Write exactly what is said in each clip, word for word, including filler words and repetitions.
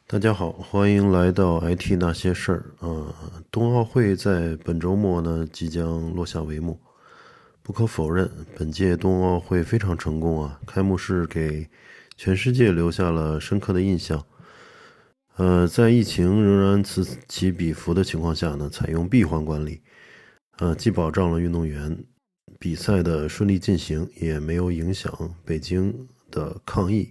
大家好，欢迎来到 I T 那些事儿。呃，冬奥会在本周末呢即将落下帷幕。不可否认，本届冬奥会非常成功啊！开幕式给全世界留下了深刻的印象。呃，在疫情仍然此起彼伏的情况下呢，采用闭环管理，呃，既保障了运动员比赛的顺利进行，也没有影响北京的抗疫。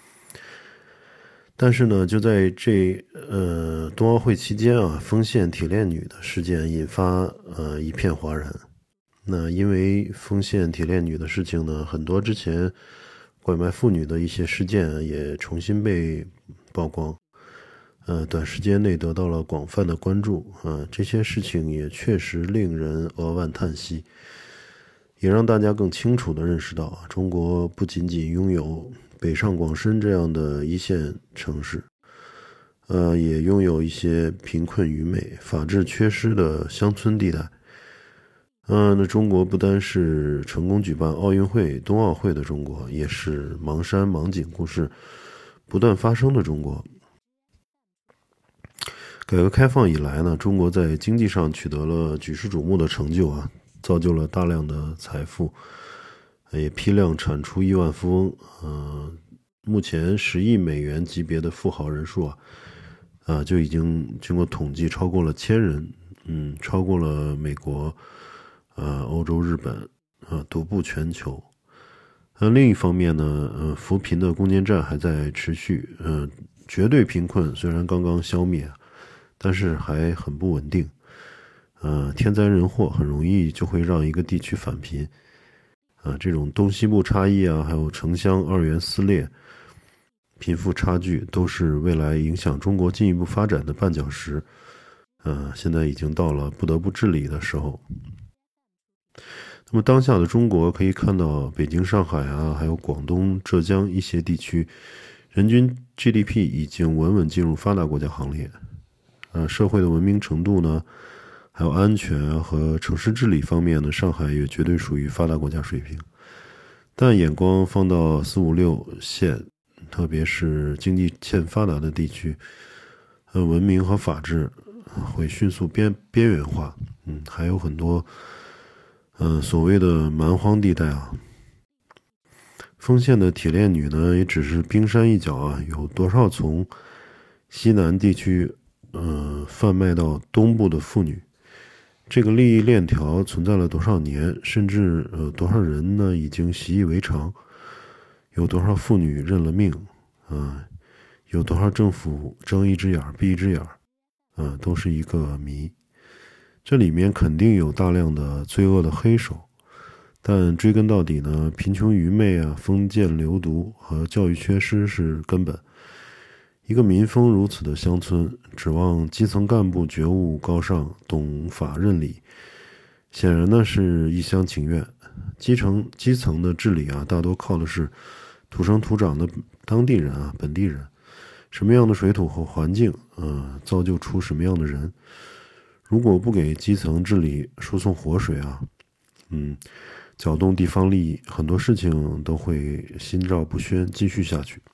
但是呢，就在这呃冬奥会期间啊，丰县铁链女的事件引发呃一片哗然。那因为丰县铁链女的事情呢，很多之前拐卖妇女的一些事件啊也重新被曝光，呃，短时间内得到了广泛的关注啊、呃。这些事情也确实令人扼腕叹息，也让大家更清楚地认识到啊，中国不仅仅拥有北上广深这样的一线城市，呃，也拥有一些贫困愚昧、法治缺失的乡村地带。嗯、呃，那中国不单是成功举办奥运会、冬奥会的中国，也是盲山盲井故事不断发生的中国。改革开放以来呢，中国在经济上取得了举世瞩目的成就啊，造就了大量的财富。也批量产出亿万富翁，呃，目前十亿美元级别的富豪人数啊，啊就已经经过统计超过了千人，嗯，超过了美国、呃欧洲、日本，啊，独步全球。那另一方面呢，呃，扶贫的攻坚战还在持续，呃，绝对贫困虽然刚刚消灭，但是还很不稳定，呃，天灾人祸很容易就会让一个地区返贫。啊，这种东西部差异啊，还有城乡二元撕裂、贫富差距，都是未来影响中国进一步发展的绊脚石。呃，现在已经到了不得不治理的时候。那么当下的中国可以看到，北京、上海啊，还有广东、浙江一些地区，人均 G D P 已经稳稳进入发达国家行列。呃，社会的文明程度呢，还有安全和城市治理方面呢，上海也绝对属于发达国家水平。但眼光放到四五六线，特别是经济欠发达的地区，呃，文明和法治会迅速边边缘化。嗯，还有很多，呃，所谓的蛮荒地带啊。丰县的铁链女呢，也只是冰山一角啊，有多少从西南地区，呃，贩卖到东部的妇女？这个利益链条存在了多少年，甚至呃多少人呢已经习以为常？有多少妇女认了命？啊、呃，有多少政府睁一只眼闭一只眼？啊、呃，都是一个谜。这里面肯定有大量的罪恶的黑手，但追根到底呢，贫穷愚昧啊、封建流毒和教育缺失是根本。一个民风如此的乡村，指望基层干部觉悟高尚、懂法认理，显然呢是一厢情愿。基层基层的治理啊，大多靠的是土生土长的当地人啊、本地人。什么样的水土和环境，呃，造就出什么样的人。如果不给基层治理输送活水啊，嗯，搅动地方利益，很多事情都会心照不宣继续下去。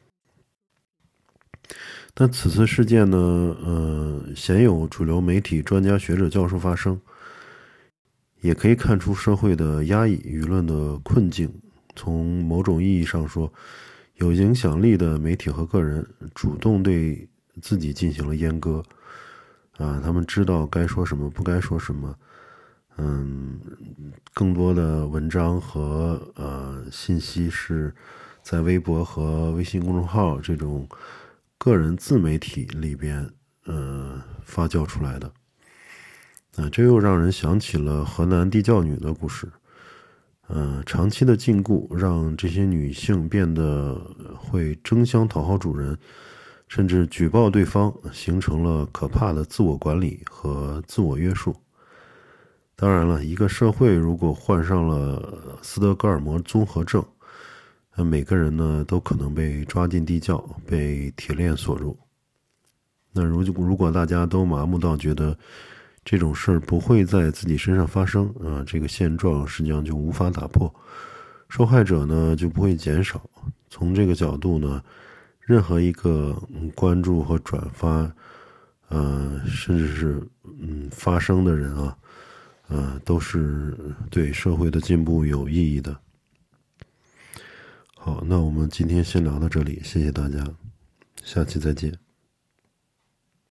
但此次事件呢，呃，鲜有主流媒体、专家学者、教授发声，也可以看出社会的压抑、舆论的困境。从某种意义上说，有影响力的媒体和个人主动对自己进行了阉割，啊，他们知道该说什么，不该说什么。嗯，更多的文章和呃信息是在微博和微信公众号这种个人自媒体里边呃发酵出来的。啊、呃，这又让人想起了河南地教女的故事。呃，长期的禁锢让这些女性变得会争相讨好主人，甚至举报对方，形成了可怕的自我管理和自我约束。当然了，一个社会如果患上了斯德哥尔摩综合症，每个人呢都可能被抓进地窖，被铁链锁住。那如如果大家都麻木到觉得这种事儿不会在自己身上发生啊，这个现状实际上就无法打破，受害者呢就不会减少。从这个角度呢， 任何一个嗯关注和转发，呃，甚至是嗯发声的人啊，呃，都是对社会的进步有意义的。好，那我们今天先聊到这里，谢谢大家，下期再见。